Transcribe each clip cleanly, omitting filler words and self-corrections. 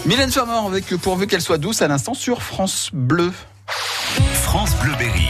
Mylène Farmer avec Pourvu qu'elle soit douce à l'instant sur France Bleu. France Bleu Berry.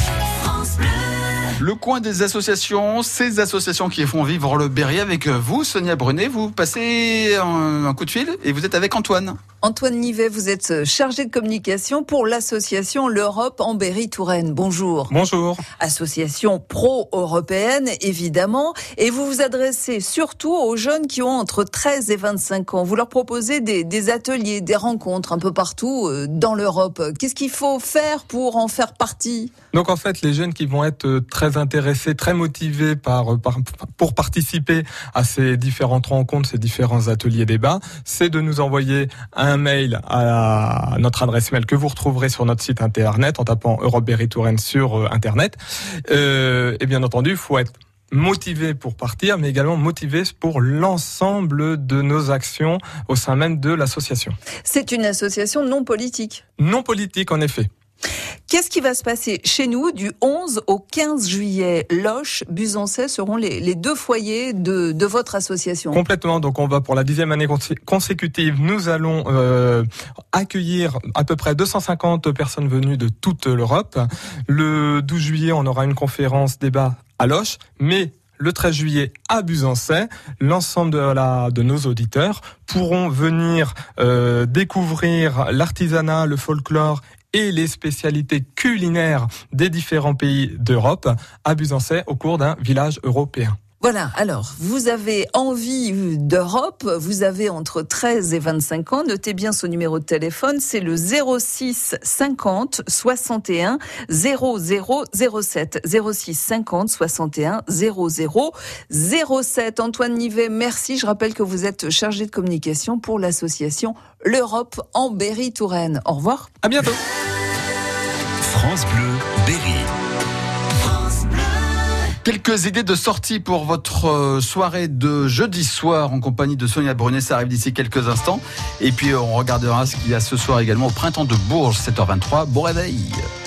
Le coin des associations, ces associations qui font vivre le Berry avec vous, Sonia Brunet. Vous passez un coup de fil et vous êtes avec Antoine. Antoine Nivet, vous êtes chargé de communication pour l'association L'Europe en Berry-Touraine. Bonjour. Bonjour. Association pro-européenne, évidemment. Et vous vous adressez surtout aux jeunes qui ont entre 13 et 25 ans. Vous leur proposez des ateliers, des rencontres un peu partout dans l'Europe. Qu'est-ce qu'il faut faire pour en faire partie ? Donc en fait, les jeunes qui vont être très intéressés, très motivés pour participer à ces différentes rencontres, ces différents ateliers débats, c'est de nous envoyer un mail à notre adresse mail que vous retrouverez sur notre site internet en tapant Europe Berry-Touraine sur internet. Et bien entendu, il faut être motivé pour partir, mais également motivé pour l'ensemble de nos actions au sein même de l'association. C'est une association non politique. Non politique, en effet. Qu'est-ce qui va se passer chez nous du 11 au 15 juillet ? Loches, Buzancais seront les deux foyers de votre association. Complètement. Donc on va pour la 10e année consécutive. Nous allons accueillir à peu près 250 personnes venues de toute l'Europe. Le 12 juillet, on aura une conférence débat à Loches, mais le 13 juillet à Buzancais, l'ensemble de nos auditeurs pourront venir découvrir l'artisanat, le folklore et les spécialités culinaires des différents pays d'Europe à Buzancais au cours d'un village européen. Voilà, alors, vous avez envie d'Europe, vous avez entre 13 et 25 ans, notez bien son numéro de téléphone, c'est le 06 50 61 00 07. 06 50 61 00 07. Antoine Nivet, merci. Je rappelle que vous êtes chargé de communication pour l'association L'Europe en Berry-Touraine. Au revoir. À bientôt. France Bleu Berry. Quelques idées de sortie pour votre soirée de jeudi soir en compagnie de Sonia Brunet. Ça arrive d'ici quelques instants. Et puis on regardera ce qu'il y a ce soir également au Printemps de Bourges, 7h23. Bon réveil.